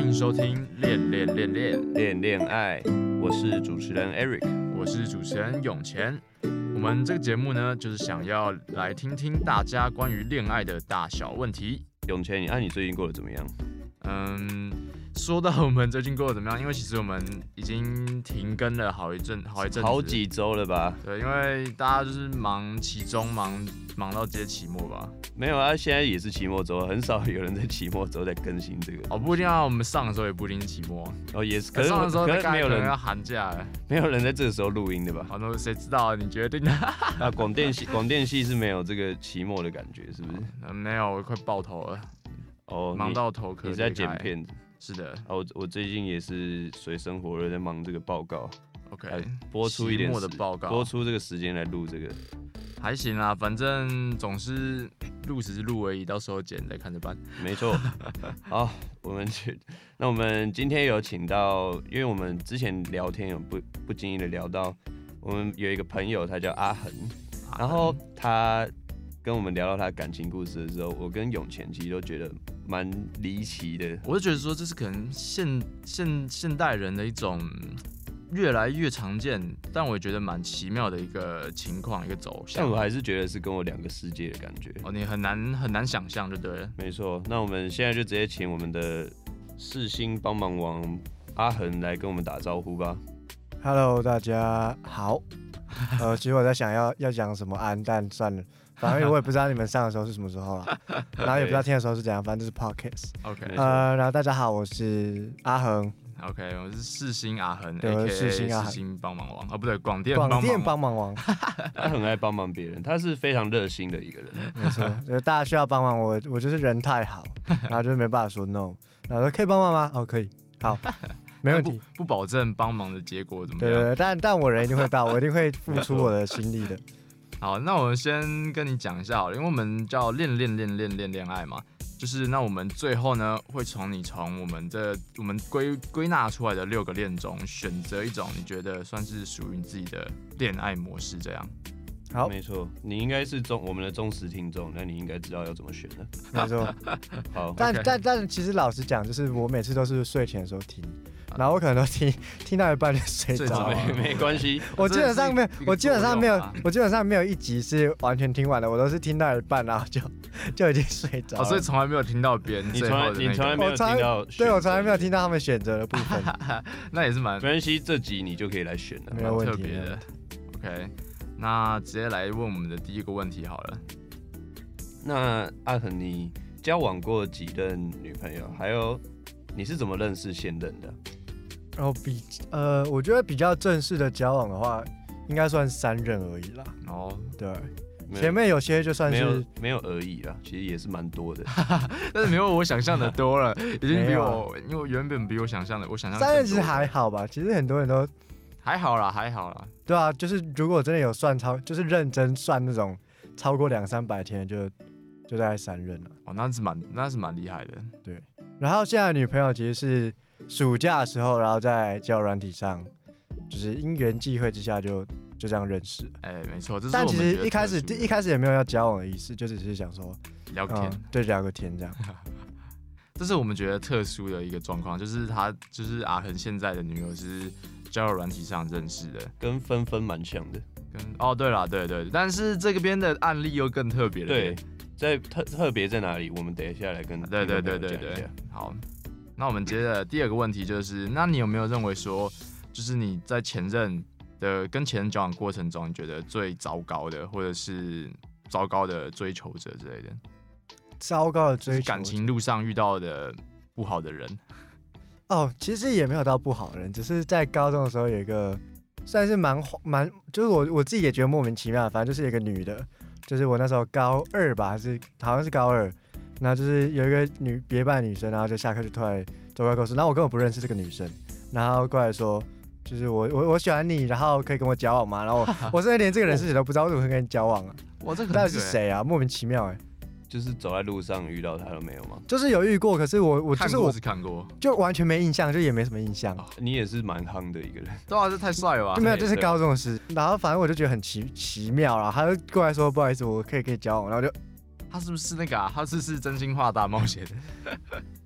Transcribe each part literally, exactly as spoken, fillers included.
迎收听恋恋恋恋恋恋爱，我是主持人 Eric， 我是主持人永乾。我们这个节目呢，就是想要来听听大家关于恋爱的大小问题。 永乾，你按、啊、你最近过得怎么样？ 嗯，说到我们最近过得怎么样，因为其实我们已经停更了好一阵，好一阵子， 好几周了吧？ 对，因为大家就是忙期中，忙忙到接期末吧。 没有啊，现在也是期末周，很少有人在期末周在更新这个。 哦，不一定啊，我们上的时候也不一定是期末。 哦，也是，可是上的时候可是没有人要寒假了， 没有人在这个时候录音的吧？ 好，那谁知道？你决定的。 啊，广电系广电系是没有这个期末的感觉，是不是？ 嗯，没有，我快爆头了。 哦， 忙到头壳。 你在剪片子？ 是的。 啊，我我最近也是水深火热在忙这个报告。 OK， 播出一点期末的报告， 播出这个时间来录这个。 还行啦，反正总是录只是录而已，到时候剪再看着办。 没错。好，我们去。那我们今天有请到，因为我们之前聊天有不不经意的聊到，我们有一个朋友，他叫阿恒，然后他跟我们聊到他感情故事的时候，我跟永乾其实都觉得蛮离奇的。 我就觉得说，这是可能现现现代人的一种越来越常见，但我也觉得蛮奇妙的一个情况，一个走向。 但我还是觉得是跟我两个世界的感觉。 哦，你很难很难想象，就对了。 没错，那我们现在就直接请我们的世新帮忙王阿恒来跟我们打招呼吧。 Hello， 大家好。呃，其实我在想要要讲什么安，但算了，反正我也不知道你们上的时候是什么时候了，然后也不知道听的时候是怎样，反正就是 podcast。OK， 呃，然后大家好，我是阿恒。 OK， 我是世新阿恒 ，A K A 世新阿恒， 世新帮忙王啊，哦，不对，广电帮忙王。 广电帮忙王， 他很爱帮忙别人，他是非常热心的一个人。 没错，就是大家需要帮忙，我我就是人太好，然后就是没办法说 no， 然后说可以帮忙吗？哦，可以，好，没问题。 不, 不保证帮忙的结果怎么样？ 对对对，但但我人一定会到，我一定会付出我的心力的。 好，那我们先跟你讲一下好了，因为我们叫恋恋恋恋恋恋爱嘛。就是那我们最后呢，会从你从我们这我们归归纳出来的六个恋中，选择一种你觉得算是属于你自己的恋爱模式，这样。 好， 没错，你应该是忠我们的忠实听众，那你应该知道要怎么选的。 没错。 好， 但、okay. 但但其实老实讲，就是我每次都是睡前的时候听。然后我可能都听听到一半就睡着了， 没没关系。 我基本上没有，我基本上没有，我基本上没有一集是完全听完的，我都是听到一半，然后就就已经睡着了。 哦，所以从来没有听到别人最后的那个。 你从来没有听到， 对我从来没有听到他们选择的部分。 那也是蛮没关系，这集你就可以来选了， 没有问题。 特别的。OK， 那直接来问我们的第一个问题好了。 那阿恒，你交往过几任女朋友？还有你是怎么认识现任的？ 然后比呃，我觉得比较正式的交往的话，应该算三任而已啦。 哦， 对，前面有些就算是没有没有而已啦，其实也是蛮多的， 但是没有我想象的多了，已经比我，因为原本比我想象的，我想象三任其实还好吧，其实很多人都还好啦，还好啦。 对啊，就是如果真的有算超，就是认真算那种超过两三百天就就大概三任了。 哦，那是蛮那是蛮厉害的。 对，然后现在的女朋友其实是暑假的时候，然后在交友软体上，就是因缘际会之下就就这样认识。 哎、欸，没错，这是但其实一开始一开始也没有要交往的意思，就只是想说聊个天、 嗯，对，聊个天这样。 这是我们觉得特殊的一个状况，就是他就是阿恒现在的女友是交友软体上认识的， 跟芬芬蛮像的。 跟哦，对啦，对 对, 對，但是这个边的案例又更特别了。 对，在特特别在哪里？我们等一下来跟对对对对对，好。那我们接着第二个问题就是，那你有没有认为说，就是你在前任的跟前任交往过程中，你觉得最糟糕的，或者是糟糕的追求者之类的？ 糟糕的追求者， 感情路上遇到的不好的人。 哦，其实也没有到不好的人，只是在高中的时候有一个算是蛮蛮，就是我我自己也觉得莫名其妙，反正就是有一个女的，就是我那时候高二吧，还是好像是高二。然后就是有一个女别班的女生，然后就下课就突然走过来跟我说，然后我根本不认识这个女生，然后过来说，就是我我我喜欢你，然后可以跟我交往吗？然后 我, 我甚至连这个人是谁都不知道，为什么会跟你交往啊？ 哇，这个到底是谁啊？莫名其妙哎、欸。 就是走在路上遇到他了没有吗？ 就是有遇过，可是我我就是我是看过， 就完全没印象，就也没什么印象。 哦、你也是蛮夯的一个人， 对啊，这太帅了吧？ 就没有，这是高中的事。然后反正我就觉得很奇奇妙啦，他就过来说不好意思，我可以跟你交往，然后就他是不是那个啊？他是不是真心话大冒险的？ 哎、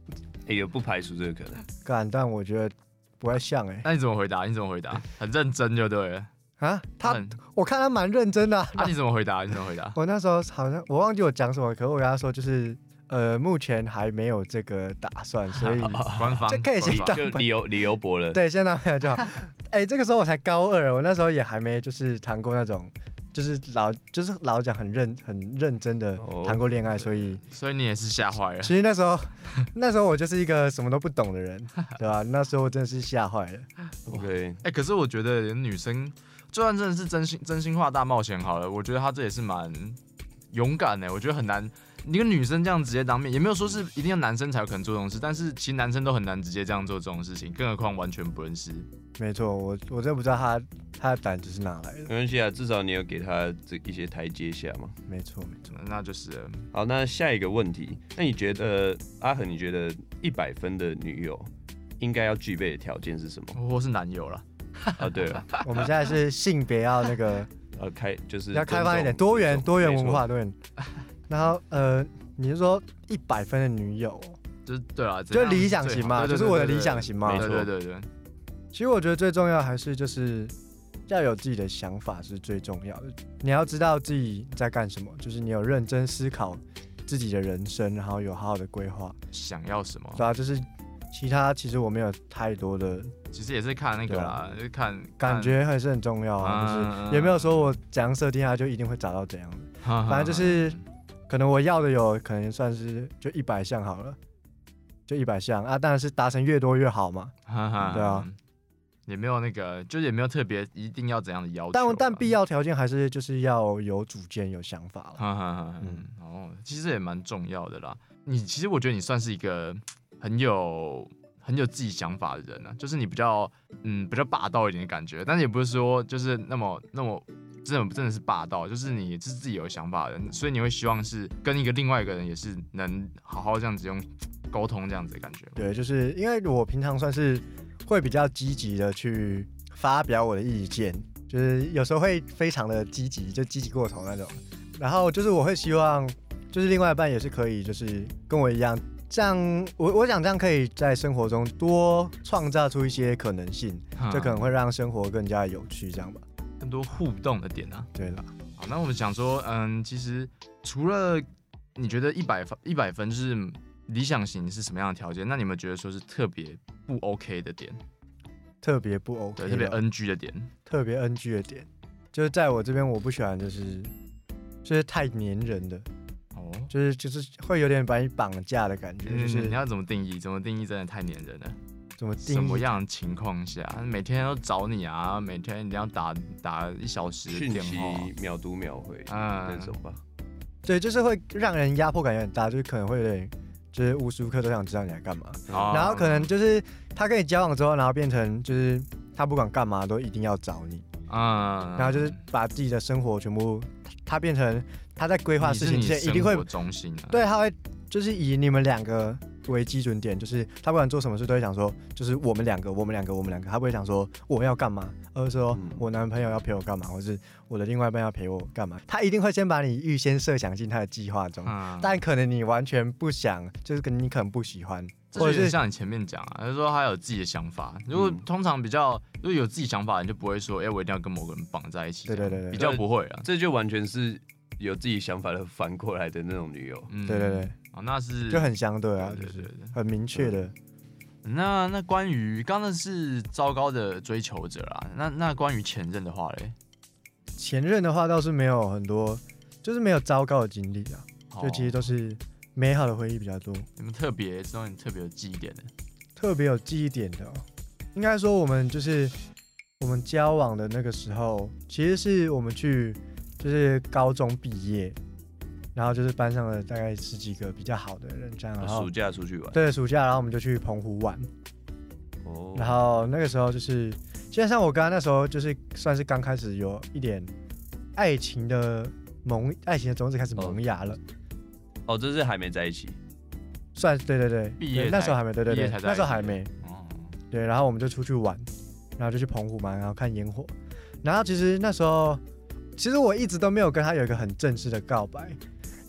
欸、有不排除这个可能。 干，但我觉得不太像哎、欸。 那你怎么回答？你怎么回答？很认真就对了。 啊，他很我看他蛮认真的、啊。 那、啊、你怎么回答？你怎么回答？ 我那时候好像我忘记我讲什么，可是我跟他说就是呃，目前还没有这个打算，所以官方就可以先当就理由理由薄了。 对，先当朋友就好。哎、欸，这个时候我才高二，我那时候也还没就是谈过那种。就是老就是老讲很认很认真的谈过恋爱，所以所以你也是吓坏了。 其实那时候那时候我就是一个什么都不懂的人，对吧、啊？那时候真的是吓坏了。 OK， 哎、欸，可是我觉得女生就算真的是真心真心话大冒险好了，我觉得她这也是蛮勇敢的。我觉得很难，一个女生这样直接当面，也没有说是一定要男生才有可能做这种事，但是其实男生都很难直接这样做这种事情，更何况完全不认识。 没错，我我真不知道他他的胆子是哪来的。 没关系啊，至少你有给他这一些台阶下嘛。 没错没错， 那就是好。那下一个问题，那你觉得阿恒，你觉得一百分的女友应该要具备的条件是什么？ 或是男友啦。 啊，对了， 我们现在是性别要那个呃开就是要开放一点，多元多元文化多元。然后呃，你是说一百分的女友？ 就是对啊， 就理想型嘛，就是我的理想型嘛。 没错对对对对。 其实我觉得最重要还是就是要有自己的想法是最重要的。你要知道自己在干什么，就是你有认真思考自己的人生，然后有好好的规划， 想要什么。 对啊，就是其他其实我没有太多的， 其实也是看那个啦，啊、就是看感觉还是很重要啊。嗯、就是也没有说我怎样设定它就一定会找到怎样的， 嗯、 反正就是可能我要的有可能算是就一百项好了，就一百项啊，当然是达成越多越好嘛。对啊。 也没有那个，就也没有特别一定要怎样的要求， 但但必要条件还是就是要有主见、有想法了。嗯，哦，其实也蛮重要的啦。你其实我觉得你算是一个很有很有自己想法的人啊，就是你比较嗯比较霸道一点的感觉，但是也不是说就是那么那么真的真的是霸道，就是你是自己有想法的人，所以你会希望是跟一个另外一个人也是能好好这样子用沟通这样子的感觉。 对，就是因为我平常算是。会比较积极的去发表我的意见，就是有时候会非常的积极，就积极过头那种。然后就是我会希望，就是另外一半也是可以，就是跟我一样，这样我我想这样可以在生活中多创造出一些可能性，就可能会让生活更加有趣，这样吧。 更多互动的点啊。 对了， 好，那我们想说，嗯，其实除了你觉得一百分一百分就是理想型是什么样的条件？那你们觉得说是特别不 OK 的点？ 特别不 OK， 对，特别 N G 的点， 特别 N G 的点，就是在我这边我不喜欢，就是就是太黏人的，哦，就是就是会有点把你绑架的感觉。嗯、就是你要怎么定义？怎么定义真的太黏人了？ 怎么定义？ 什么样的情况下每天都找你啊？每天一定要打打一小时的电话， 讯息秒读秒回，嗯，那种吧。 对，就是会让人压迫感有点大，就是可能会有点。就是无时无刻都想知道你在干嘛，哦、然后可能就是他跟你交往之后，然后变成就是他不管干嘛都一定要找你，嗯，然后就是把自己的生活全部，他变成他在规划事情之前一定会中心、啊， 对，他会就是以你们两个为基准点，就是他不管做什么事都会想说，就是我们两个，我们两个，我们两个，他不会想说我要干嘛，而是说我男朋友要陪我干嘛，或是我的另外一半要陪我干嘛，他一定会先把你预先设想进他的计划中，嗯、但可能你完全不想，就是你可能不喜欢， 或者是像你前面讲啊，就是说他有自己的想法，如果通常比较如果有自己想法，你就不会说，哎、欸，我一定要跟某个人绑在一起， 对对对对， 比较不会啊， 这就完全是有自己想法的反过来的那种女友， 嗯，对对对。 哦，那是就很相对啊， 对对对， 就是很明确的。 那那关于刚刚是糟糕的追求者啦，那那关于前任的话嘞， 前任的话倒是没有很多，就是没有糟糕的经历啊，就其实都是美好的回忆比较多。 你们特别这种特别有记忆点的， 特别有记忆点的、哦，应该说我们就是我们交往的那个时候，其实是我们去就是高中毕业。然后就是班上的大概十几个比较好的人，这样。然后暑假出去玩。 对，暑假，然后我们就去澎湖玩。哦。然后那个时候就是，基本上我刚刚那时候就是算是刚开始有一点爱情的萌，爱情的种子开始萌芽了。 哦，这是还没在一起。 算对对对， 毕业那时候还没，对对对，那时候还没。 哦。 对，然后我们就出去玩，然后就去澎湖嘛，然后看烟火。然后其实那时候，其实我一直都没有跟他有一个很正式的告白。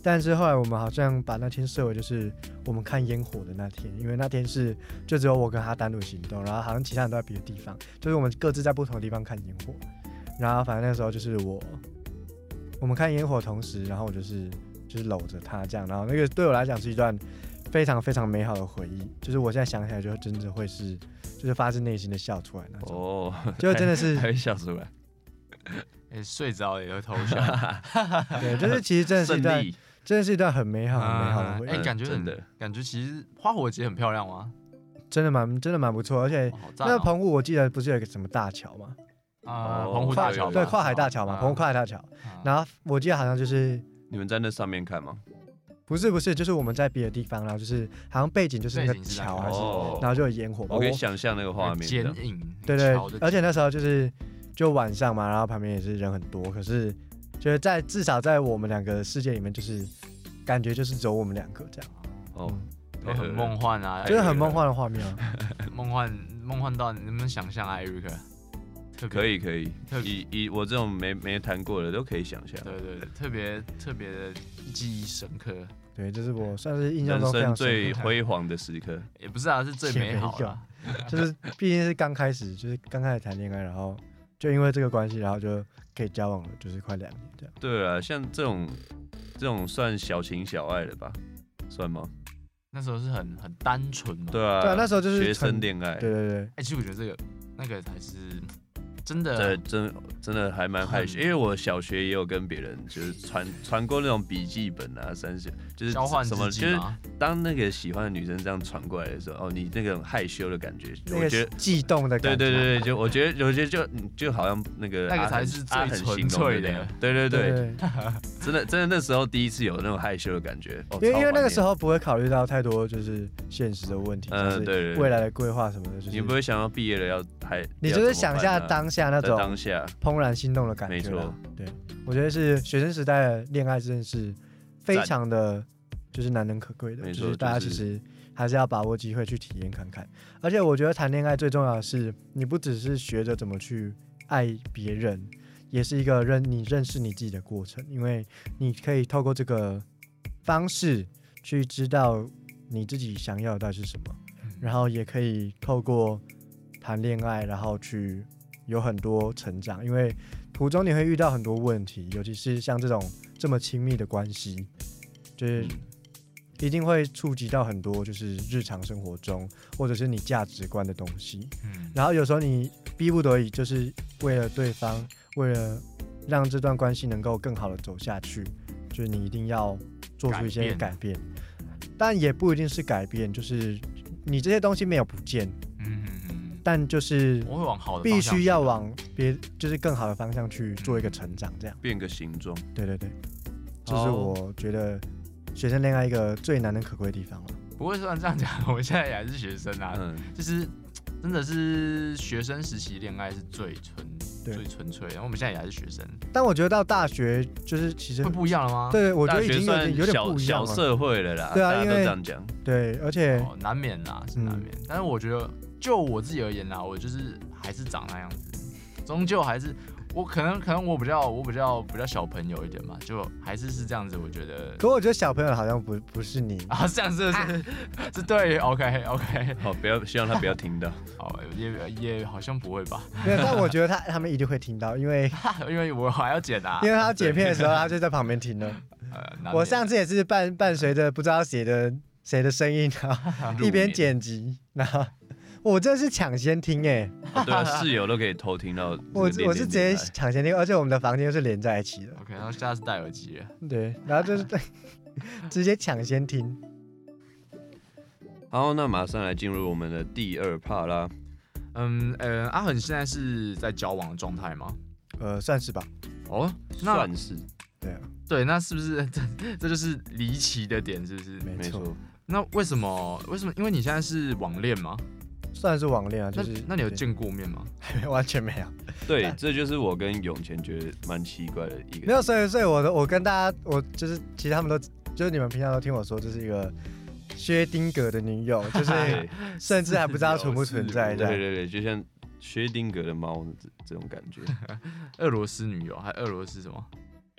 但是后来我们好像把那天设为就是我们看烟火的那天，因为那天是就只有我跟他单独行动，然后好像其他人都在别的地方，就是我们各自在不同的地方看烟火。然后反正那时候就是我，我们看烟火的同时，然后我就是就是搂着他这样，然后那个对我来讲是一段非常非常美好的回忆，就是我现在想起来就真的会是就是发自内心的笑出来那种。哦，就真的是还会笑出来。 哎、欸，睡着也会偷笑。 对，就是其实真的是一段。真的是一段很美好、很美好的回忆。 哎、嗯欸，感觉真的，感觉其实花火节很漂亮吗？ 真的蛮，真的蛮不错。而且、哦哦、那个澎湖，我记得不是有一个什么大桥吗？ 啊、呃，澎湖大桥， 对，跨海大桥嘛，澎湖跨海大桥。然后我记得好像就是你们在那上面看吗？ 不是，不是，就是我们在别的地方，然后就是好像背景就是那个桥，还是，然后就有烟火。 我可以想象那个画面， 剪影。 对对，而且那时候就是就晚上嘛，然后旁边也是人很多，可是就是在至少在我们两个世界里面，就是感觉就是只有我们两个这样。 哦，都很梦幻啊， 就是很梦幻的画面啊， 梦幻梦幻到你能不能想象啊 ，Eric？ 可以可以，以以我这种没没谈过的都可以想象。 对对对，特别特别的记忆深刻。 对，这是我算是印象中人生最辉煌的时刻。 也不是啊，是最美好的。 就是毕竟是刚开始，就是刚开始谈恋爱，然后就因为这个关系，然后就可以交往了，就是快两年这样。 对啊，像这种这种算小情小爱的吧？算吗？ 那时候是很很单纯嘛。 对啊， 对啊，那时候就是学生恋爱。 对对对。 哎、欸，其实我觉得这个那个才是。真的， 对，真真的还蛮害羞，因为我小学也有跟别人就是传传过那种笔记本啊，三十就是交换什么，就是当那个喜欢的女生这样传过来的时候，哦，你那种害羞的感觉，我觉得悸动的感觉， 对对对，就我觉得我觉得就就好像那个那个才是最纯粹的， 对对对，真的真的那时候第一次有那种害羞的感觉，哦、 因为因为那个时候不会考虑到太多就是现实的问题，嗯，对，未来的规划什么的，就是你不会想到毕业了要还， 你就是想下当下那种当下怦然心动的感觉，没错，对，我觉得是学生时代的恋爱真的是非常的，就是难能可贵的，就是大家其实还是要把握机会去体验看看。而且我觉得谈恋爱最重要的是，你不只是学着怎么去爱别人，也是一个认你认识你自己的过程，因为你可以透过这个方式去知道你自己想要的到底是什么，然后也可以透过谈恋爱，然后去有很多成长，因为途中你会遇到很多问题，尤其是像这种这么亲密的关系，就是一定会触及到很多就是日常生活中或者是你价值观的东西。嗯，然后有时候你逼不得已，就是为了对方，为了让这段关系能够更好的走下去，就是你一定要做出一些改变，但也不一定是改变，就是你这些东西没有不见。嗯。但就是我会往好的必须要往别就是更好的方向去做一个成长，这样变个形状。 对对对，这、就是我觉得学生恋爱一个最难能可贵的地方了。 不会说这样讲，我现在也还是学生啊，嗯、就是真的是学生时期恋爱是最纯最纯粹的，然后我们现在也还是学生。 但我觉得到大学就是其实会不一样了吗？ 对，我觉得已经有点有点不一样了。 小社会了啦， 对啊， 因为这样讲， 对，而且、 哦、难免啦，是难免。嗯、但是我觉得。就我自己而言啦，我就是还是长那样子，终究还是我可能可能我比较我比较比较小朋友一点嘛，就还是是这样子。我觉得， 可我觉得小朋友好像不不是你啊，这样是不是？是对 ，OK OK， 好，不要希望他不要听到， 好，也也好像不会吧？ 没有，但我觉得他他们一定会听到，因为因为我还要剪啊， 因为他剪片的时候他就在旁边听了。呃、我上次也是伴伴随着不知道谁的谁的声音啊，一边剪辑，然后。我这是抢先听哎、欸哦，对啊，室友都可以偷听到。 我我是直接抢先听，而且我们的房间又是连在一起的。 OK， 然后下次戴耳机了。 对，然后就是直接抢先听。 好，那马上来进入我们的第二 part 啦。 嗯呃，阿恆现在是在交往的状态吗？ 呃，算是吧。 哦，那算是。 对啊。 对，那是不是这这就是离奇的点？是不是？ 没错。 那为什么？为什么？因为你现在是网恋吗？ 算是网恋啊，就是那, 那你有见过面吗？ 完全没有。 对，这就是我跟永前觉得蛮奇怪的一个。 没有，所以所以我的我跟大家，我就是其实他们都就是你们平常都听我说，这是一个薛丁格的女友，就是甚至还不知道存不存在。 对对对，就像薛丁格的猫这这种感觉。 俄罗斯女友还俄罗斯什么？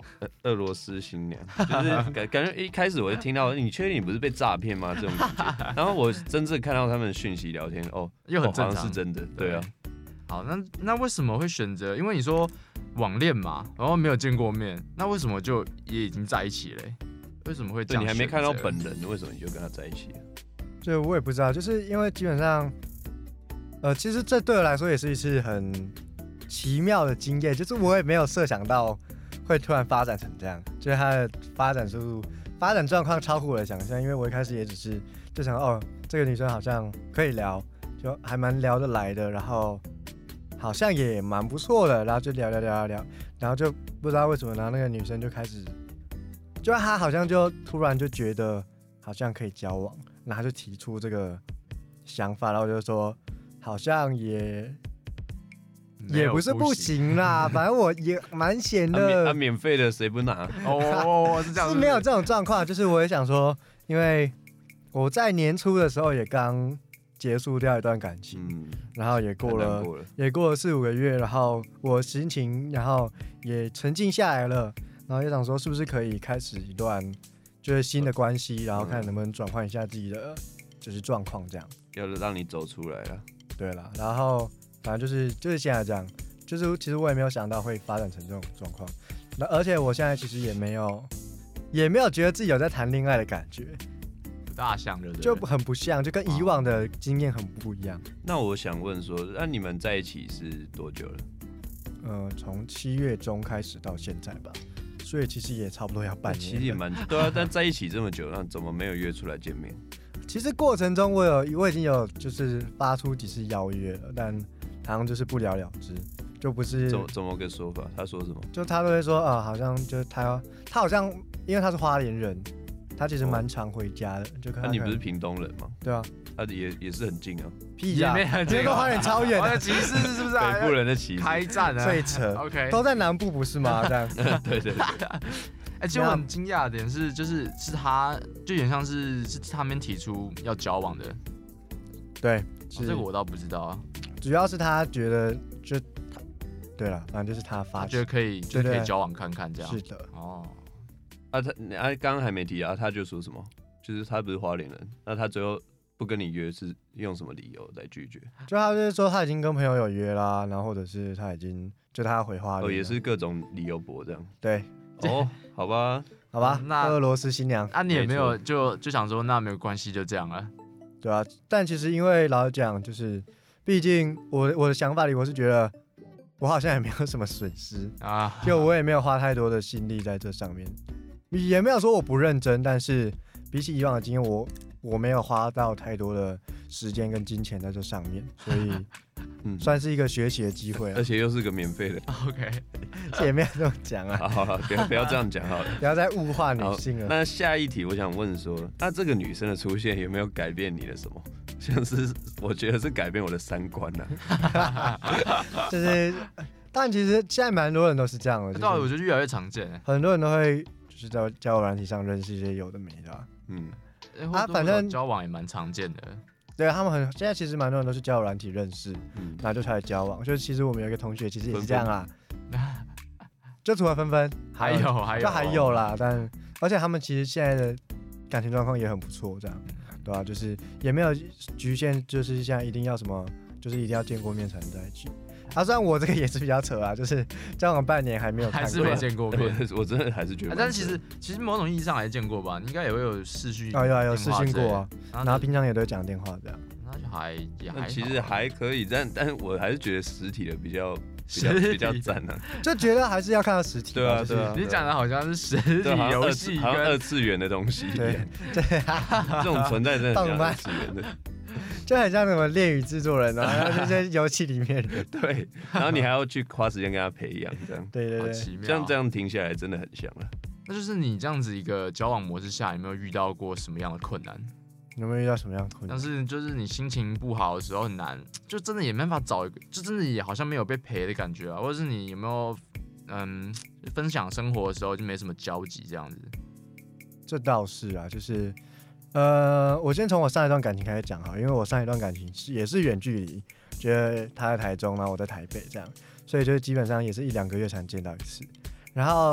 俄俄罗斯新娘，就是感感觉一开始我就听到，你确定你不是被诈骗吗？这种感觉。然后我真正看到他们的讯息聊天，哦， 又很正常， 好像是真的，对啊。 好，那那为什么会选择？因为你说网恋嘛，然后没有见过面，那为什么就也已经在一起嘞？为什么会这样？ 你还没看到本人，为什么你就跟他在一起了？ 就我也不知道，就是因为基本上，呃，其实这对我来说也是一次很奇妙的经验，就是我也没有设想到会突然发展成这样，就是它的发展速度、发展状况超乎我的想象。因为我一开始也只是就想，哦，这个女生好像可以聊，就还蛮聊得来的，然后好像也蛮不错的，然后就聊聊聊聊聊，然后就不知道为什么，然后那个女生就开始，就她好像就突然就觉得好像可以交往，然后就提出这个想法，然后我就说好像也。也不是不行啦，反正我也蛮闲的。 他、啊、免费、啊、的谁不拿？ 哦，是这样是是， 是没有这种状况。就是我也想说，因为我在年初的时候也刚结束掉一段感情，嗯、然后也过了也过了四五个月，然后我心情然后也沉静下来了，然后也想说是不是可以开始一段就是新的关系，然后看能不能转换一下自己的就是状况，这样。 要让你走出来了。 对了，然后。反正就是就是现在这样，就是其实我也没有想到会发展成这种状况，那而且我现在其实也没有也没有觉得自己有在谈恋爱的感觉， 不大像的， 就很不像，就跟以往的经验很不一样。 那我想问说，那你们在一起是多久了？ 呃，从七月中开始到现在吧，所以其实也差不多要半年。 其实也蛮对啊，但在一起这么久，那怎么没有约出来见面？ 其实过程中我有我已经有就是发出几次邀约了，但好像就是不了了之，就不是怎么怎么个说法？他说什么？ 就他都会说啊、呃，好像就是他他好像因为他是花莲人，他其实蛮常回家的。哦、就看那、啊、你不是屏东人吗？ 对啊， 他、啊、也也是很近啊。 屁呀、 啊， 这个花莲超远的歧视是不是、啊？ 北部人的歧视开战啊， 最扯。 OK， 都在南部不是吗？这样。 对对对。 哎、欸，其实我很惊讶的点是，就是是他，就有点像是是他们提出要交往的。 对， 哦、这个我倒不知道啊。 主要是他觉得就，对了，反正就是他发， 他觉得可以，就可以交往看看这样。 是的。 哦。啊，他啊，刚刚还没提啊，他就说什么？就是他不是花莲人，那他最后不跟你约是用什么理由来拒绝？ 就他就是说他已经跟朋友有约啦，然后或者是他已经就他要回花莲。 哦，也是各种理由驳这样。 对。 哦，好吧， 好吧， 那俄罗斯新娘啊，你也没有就就想说那没有关系，就这样了， 对啊。但其实因为老实讲，就是毕竟我我的想法里，我是觉得我好像也没有什么损失啊，就我也没有花太多的心力在这上面，也没有说我不认真，但是比起以往的经验，我我没有花到太多的时间跟金钱在这上面，所以。嗯，算是一个学习的机会， 而且又是个免费的。 OK， 也没有这么讲啊。 好了，不要不要这样讲好了， 不要再物化女性了。 那下一题，我想问说，那这个女生的出现有没有改变你的什么？像是我觉得是改变我的三观呢、 啊。就是，但其实现在蛮多人都是这样的。对、 就是，我觉得越来越常见。 很多人都会就是在交友软体上认识一些有的没的、啊。嗯， 啊，反正交往也蛮常见的。 对他们很现在其实蛮多人都是交友软体认识，嗯，然后就开始交往。就是其实我们有一个同学其实也是这样啦，就除了芬芬， 还有还有就还有啦，但而且他们其实现在的感情状况也很不错，这样，对吧、啊？就是也没有局限，就是现在一定要什么，就是一定要见过面才能在一起。啊，虽然我这个也是比较扯啊，就是交往半年还没有看过， 还是没见过面， 我真的还是觉得、啊。 但是其实其实某种意义上还见过吧，你应该也会有视讯， 啊有啊有视讯过啊，然后平常也都会讲電話這樣， 那就還也還其實還可以，但但我還是覺得實體的比較比較比較讚啊， 就覺得還是要看到實體。 對啊對啊， 你講的好像是實體遊戲， 好像二次元的東西一樣， 對對啊， 這種存在真的很像二次元的。 就很像什麼戀與製作人啊，然後就在遊戲裡面對，然後你還要去花時間跟他培養，這樣對對對， 這樣這樣聽下來真的很像啊。 那就是你這樣子一個交往模式下，有沒有遇到過什麼樣的困難？ 有沒有遇到什麼樣的困難？ 但是就是你心情不好的時候很難，就真的也沒辦法找一個，就真的也好像沒有被陪的感覺啊，或者是你有沒有嗯分享生活的時候就沒什麼交集這樣子？ 這倒是啊，就是。呃，我先從我上一段感情開始講哈，因為我上一段感情是也是遠距離，覺得他在台中，然後我在台北這樣，所以就基本上也是一兩個月才見到一次。然後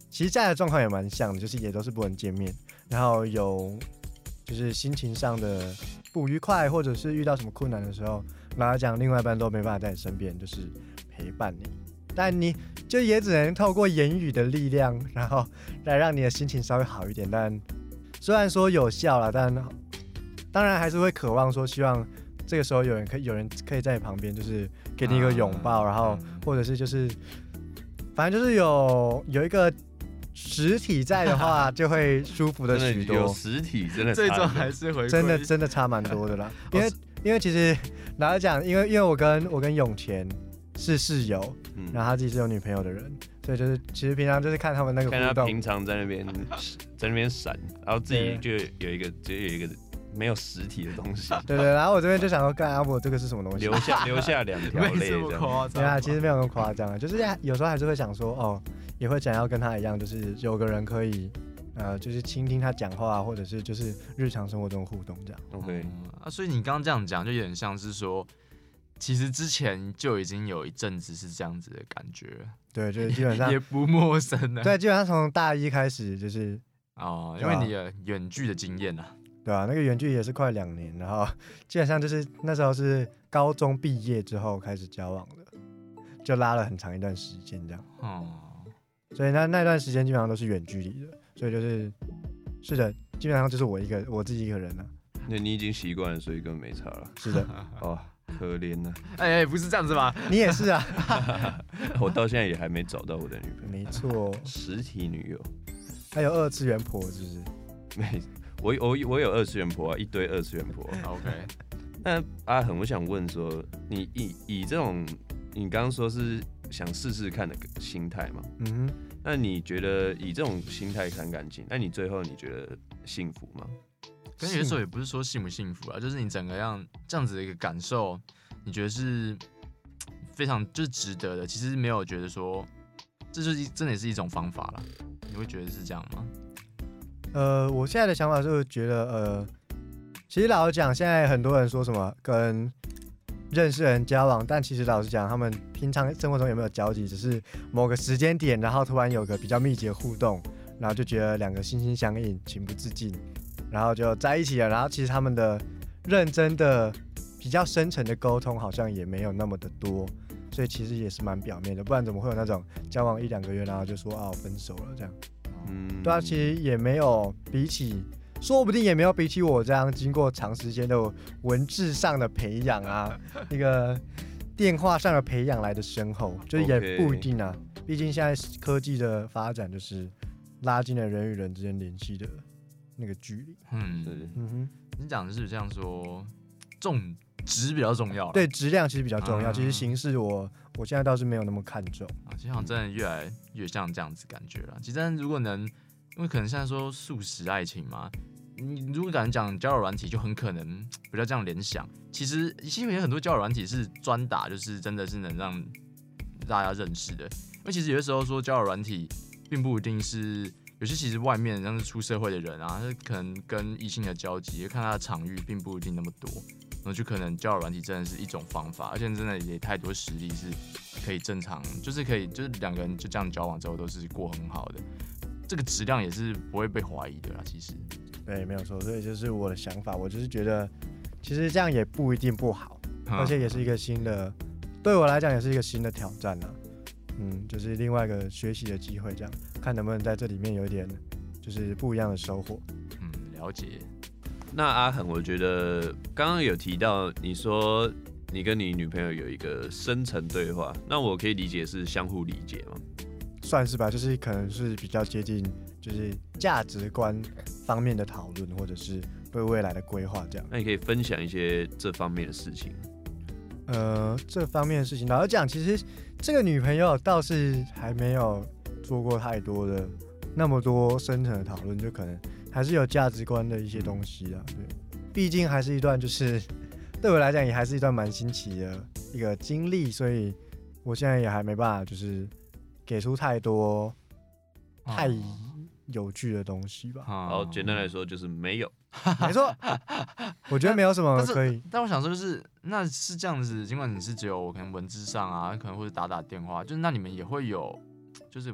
其实现在的状况也蛮像的，就是也都是不能见面，然后有就是心情上的不愉快，或者是遇到什么困难的时候，老实讲，另外一半都没办法在你身边，就是陪伴你，但你就也只能透过言语的力量，然后来让你的心情稍微好一点。但虽然说有效了，但当然还是会渴望说，希望这个时候有人可以有人可以在你旁边，就是给你一个拥抱，然后或者是就是反正就是有有一个实体在的话，就会舒服的许多。 有实体真的最终还是回归真的真的差蛮多的啦。因为因为其实老实讲，因为因为我跟我跟永乾是室友，嗯、然后他自己是有女朋友的人，所以就是其实平常就是看他们那个互动， 看他平常在那边在那边闪，然后自己就有一个就有一个没有实体的东西。 对对，然后我这边就想说，干阿伯这个是什么东西？ 留下留下两条泪这样。 对啊，其实没有那么夸张啊，就是有时候还是会想说，哦，也会想要跟他一样，就是有个人可以。呃，就是倾听他讲话，或者是就是日常生活中互动这样。 OK，、 嗯、啊，所以你刚刚这样讲，就有点像是说，其实之前就已经有一阵子是这样子的感觉。 对，就是基本上也不陌生的。 对，基本上从大一开始就是哦，因为你的远距的经验啊。 对啊，那个远距也是快两年，然后基本上就是那时候是高中毕业之后开始交往的，就拉了很长一段时间这样。哦，所以那那段时间基本上都是远距离的。所以就是是的，基本上就是我一个我自己一个人了、啊。 那你已经习惯了，所以根本没差了。 是的， 哦，可怜呐、 啊！哎哎，不是这样子吧？ 你也是啊。 我到现在也还没找到我的女朋友。 没错， 实体女友。 还有二次元婆，是不是？ 没，我我我有二次元婆啊，一堆二次元婆。 OK。 那阿恒，我想问说，你以以这种你刚刚说是想试试看的心态嘛？嗯哼。那你觉得以这种心态谈感情，那你最后你觉得幸福吗？ 跟有的时候也不是说幸不幸福啊，就是你整个样这样子的一个感受，你觉得是非常就是值得的。其实没有觉得说，这就是真的也是一种方法啦。你会觉得是这样吗？ 呃，我现在的想法就是觉得，呃，其实老实讲，现在很多人说什么跟认识人交往，但其实老实讲，他们平常生活中有没有交集，只是某个时间点，然后突然有个比较密集的互动，然后就觉得两个心心相印，情不自禁，然后就在一起了。然后其实他们的认真的、比较深层的沟通好像也没有那么的多，所以其实也是蛮表面的。不然怎么会有那种交往一两个月，然后就说啊分手了这样？嗯，对啊，其实也没有比起。说不定也没有比起我这样经过长时间的文字上的培养啊，那个电话上的培养来的深厚，就是也不一定啊。毕竟现在科技的发展就是拉近了人与人之间联系的那个距离。 嗯，嗯哼，你讲的是这样说，重质比较重要。 对，质量其实比较重要。啊、其实形式我我现在倒是没有那么看重啊。其实好像真的越来越像这样子感觉了。其实如果能。因为可能现在说速食爱情嘛，你如果敢讲交友软体，就很可能比较这样联想。其实其实有很多交友软体是专打，就是真的是能让大家认识的。因为其实有的时候说交友软体，并不一定是有些其实外面像是出社会的人啊，他可能跟异性的交集，看他的场域并不一定那么多，然后就可能交友软体真的是一种方法，而且真的也太多实力是可以正常，就是可以就是两个人就这样交往之后都是过很好的。这个质量也是不会被怀疑的啦，其实。 对，没有错，所以就是我的想法，我就是觉得，其实这样也不一定不好，嗯、而且也是一个新的，对我来讲也是一个新的挑战啦。嗯，就是另外一个学习的机会，这样看能不能在这里面有一点就是不一样的收获。 嗯，了解。 那阿恒，我觉得刚刚有提到你说你跟你女朋友有一个深层对话，那我可以理解是相互理解吗？ 算是吧，就是可能是比较接近，就是价值观方面的讨论，或者是对未来的规划这样。 那你可以分享一些这方面的事情。 呃，这方面的事情，老实讲，其实这个女朋友倒是还没有做过太多的那么多深层的讨论，就可能还是有价值观的一些东西啊。对，毕竟还是一段就是对我来讲也还是一段蛮新奇的一个经历，所以我现在也还没办法就是给出太多太有趣的东西吧。 好，简单来说就是没有。 没错，我觉得没有什么可以。 但, 但我想说，就是那是这样子，尽管你是只有可能文字上啊，可能或者打打电话，就是那你们也会有，就是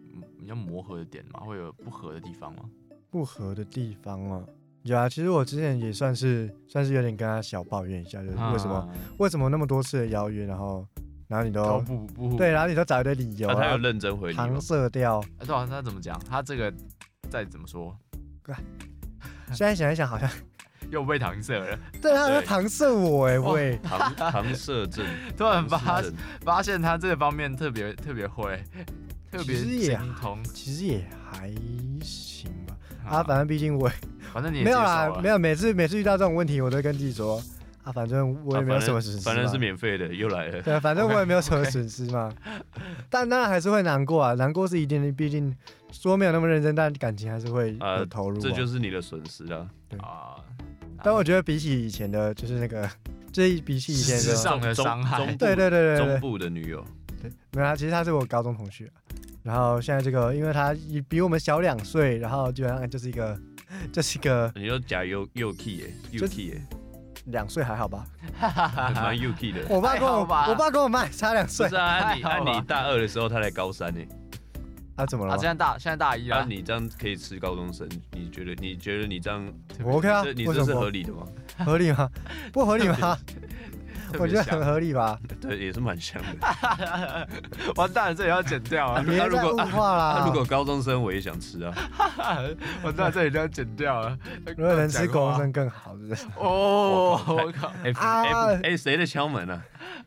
比较磨合的点吗？会有不合的地方吗？ 不合的地方啊，有啊。其实我之前也算是算是有点跟他小抱怨一下，就是为什么、 啊、 为什么那么多次的邀约，然后然后你都都不不对，然后你都找一堆理由， 啊、他有认真回你吗？ 搪塞掉。 哎、对啊，他怎么讲？他这个再怎么说？ 现在想一想，好像又被搪塞了。 对，他在搪塞我哎、欸，喂， 搪搪塞症， 突然发症发现他这个方面特别特别会，特别精通。 其实也还行吧。啊，反正毕竟我反正你也没有啦，没有。每次每次遇到这种问题，我都跟自己说啊，反正我也没有什么损失、啊， 反正是免费的，又来了。 对，反正我也没有什么损失嘛。Okay, okay. 但当然还是会难过啊，难过是一定的，毕竟说没有那么认真，但感情还是会有投入、啊呃。这就是你的损失啊。 对啊。 但我觉得比起以前的，就是那个，这比起以前的时尚的伤害， 对对对对对， 中部的女友， 对，没有啊，其实他是我高中同学，然后现在这个，因为他比我们小两岁，然后基本上就是一个，就是一个， 你就假幼幼 key 耶，幼 key 耶， 两岁还好吧？ 蛮幼 key 的。 我爸跟我，我爸跟我妈差两岁。 不是啊，按你按你大二的时候，他才高三呢。 啊，怎么了？ 啊，现在大现在大一了。 啊，你这样可以吃高中生？你觉得你觉得你这样我 OK 啊？ 你这是合理的吗？ 合理吗？不合理吗？我觉得很合理吧。 对，也是蛮像的。 完蛋了，这里要剪掉啊！ 别再物化啦。 啊、如果高中生我也想吃啊。 完蛋，这里就要剪掉了。 如果能吃高中生更好，是不是？ 哦，我靠 ！F F 哎，谁的敲门啊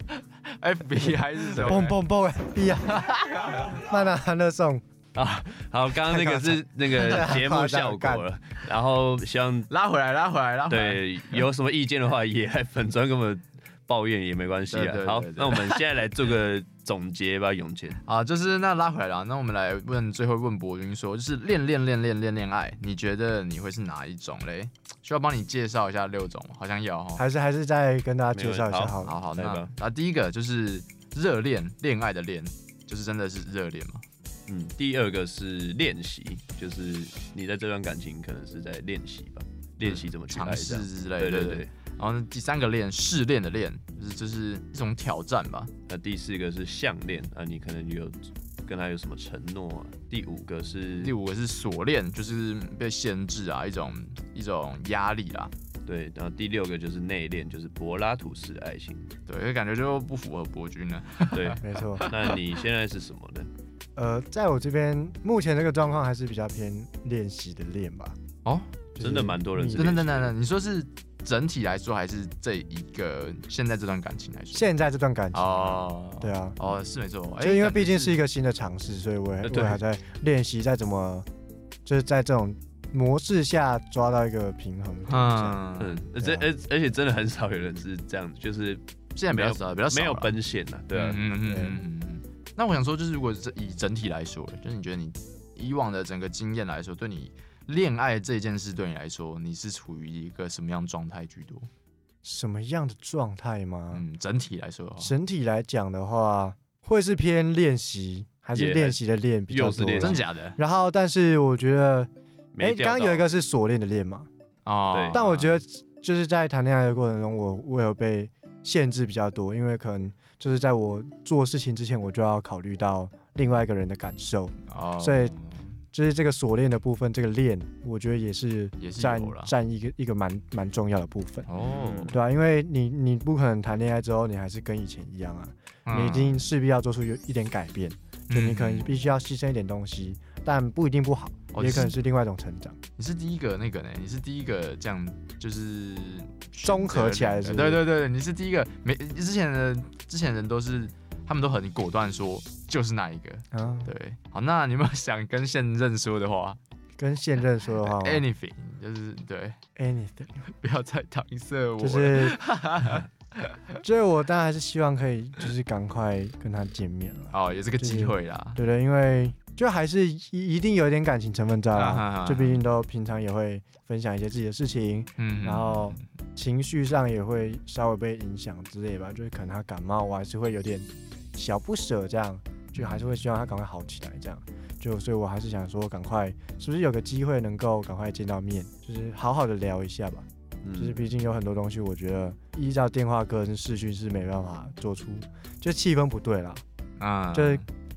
？F B 还是什么？ 蹦蹦蹦 F B 啊！慢慢欢乐颂啊！好，刚刚那个是那个节目效果了，然后希望拉回来，拉回来，拉回来。 对，有什么意见的话，也来粉专跟我们抱怨也没关系啊。好，那我们现在来做个总结吧，永乾。 啊，就是那拉回来了，那我们来问，最后问博君说，就是恋恋恋恋恋恋爱，你觉得你会是哪一种嘞？需要帮你介绍一下六种，好像要哈。 还是还是再跟大家介绍一下好。 好好，那那第一个就是热恋，恋爱的恋，就是真的是热恋嘛。 嗯，第二个是练习，就是你在这段感情可能是在练习吧，练习怎么去尝试之类的。对对 对, 对。然后第三个恋，试炼的恋，就是就是一种挑战吧。 那第四个是项链啊，你可能有跟他有什么承诺啊？第五个是第五个是锁链，就是被限制啊，一种一种压力啦。 对，然后第六个就是内敛，就是柏拉图式爱情。 对，感觉就不符合博君了。 对， 没错。 那你现在是什么呢？ 呃，在我这边目前这个状况还是比较偏练习的练吧。 哦， 就是、真的蛮多人是。 等等等等，你说是整体来说，还是这一个现在这段感情来说？ 现在这段感情哦， 对啊， 哦是没错， 就因为毕竟是一个新的尝试，所以我也我还在练习，在怎么就是在这种模式下抓到一个平衡。 嗯嗯，这而而且真的很少有人是这样子，就是现在比较少，比较少没有奔现了，对啊， 嗯嗯嗯嗯嗯。那我想说，就是如果以整体来说，就是你觉得你以往的整个经验来说，对你恋爱这件事对你来说，你是处于一个什么样状态居多？ 什么样的状态吗？ 嗯，整体来说， 整体来讲的话，会是偏练习，还是练习的练比较多？ 真假的？ 然后，但是我觉得，哎，刚刚有一个是锁链的链嘛， 哦， 对。 但我觉得就是在谈恋爱的过程中，我我有被限制比较多，因为可能就是在我做事情之前，我就要考虑到另外一个人的感受，哦，所以。就是这个锁链的部分，这个链，我觉得也是占占一个一个蛮蛮重要的部分哦，对啊，因为你你不可能谈恋爱之后，你还是跟以前一样啊，嗯、你一定势必要做出有一点改变，就你可能必须要牺牲一点东西，但不一定不好，哦、也可能是另外一种成长。 你是第一个那个呢？你是第一个这样就是综合起来是不是？ 对对对，你是第一个，没之前的之前的人都是。他们都很果断说就是那一个，啊、对，好，那你有没有想跟现任说的话？ 跟现任说的话 ，anything 就是对 ，anything 不要再搪塞我， 就是，所以我当然还是希望可以，就是赶快跟他见面了。 哦，也是个机会啦， 就是、对的，因为就还是一定有一点感情成分在啦，啊、就毕竟都平常也会分享一些自己的事情，嗯，然后情绪上也会稍微被影响之类吧，就是可能他感冒，我还是会有点。小不舍这样，就还是会希望他赶快好起来，这样就所以我还是想说，赶快是不是有个机会能够赶快见到面，就是好好的聊一下吧。嗯、就是毕竟有很多东西，我觉得依照电话跟视讯是没办法做出，就气氛不对啦。啊，就是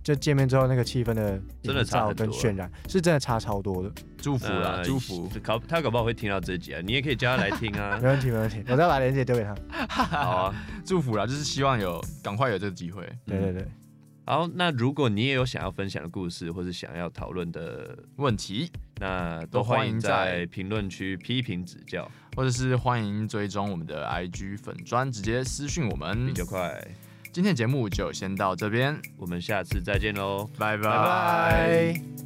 就见面之后那个气氛的真的差营造很多啊跟渲染，是真的差超多的。 祝福啦， 呃祝福。 搞他搞不好会听到这集啊，你也可以叫他来听啊没。问题，没问题，我再把链接丢给他。 好啊， 祝福啦，就是希望有赶快有这个机会。 对对对， 好，那如果你也有想要分享的故事，或是想要讨论的， 问题， 那都欢迎都欢迎在在评论区批评指教， 或者是欢迎追踪我们的 I G 粉专，直接私讯我们比。较快。 今天的节目就先到这边， 我们下次再见喽。 拜拜拜。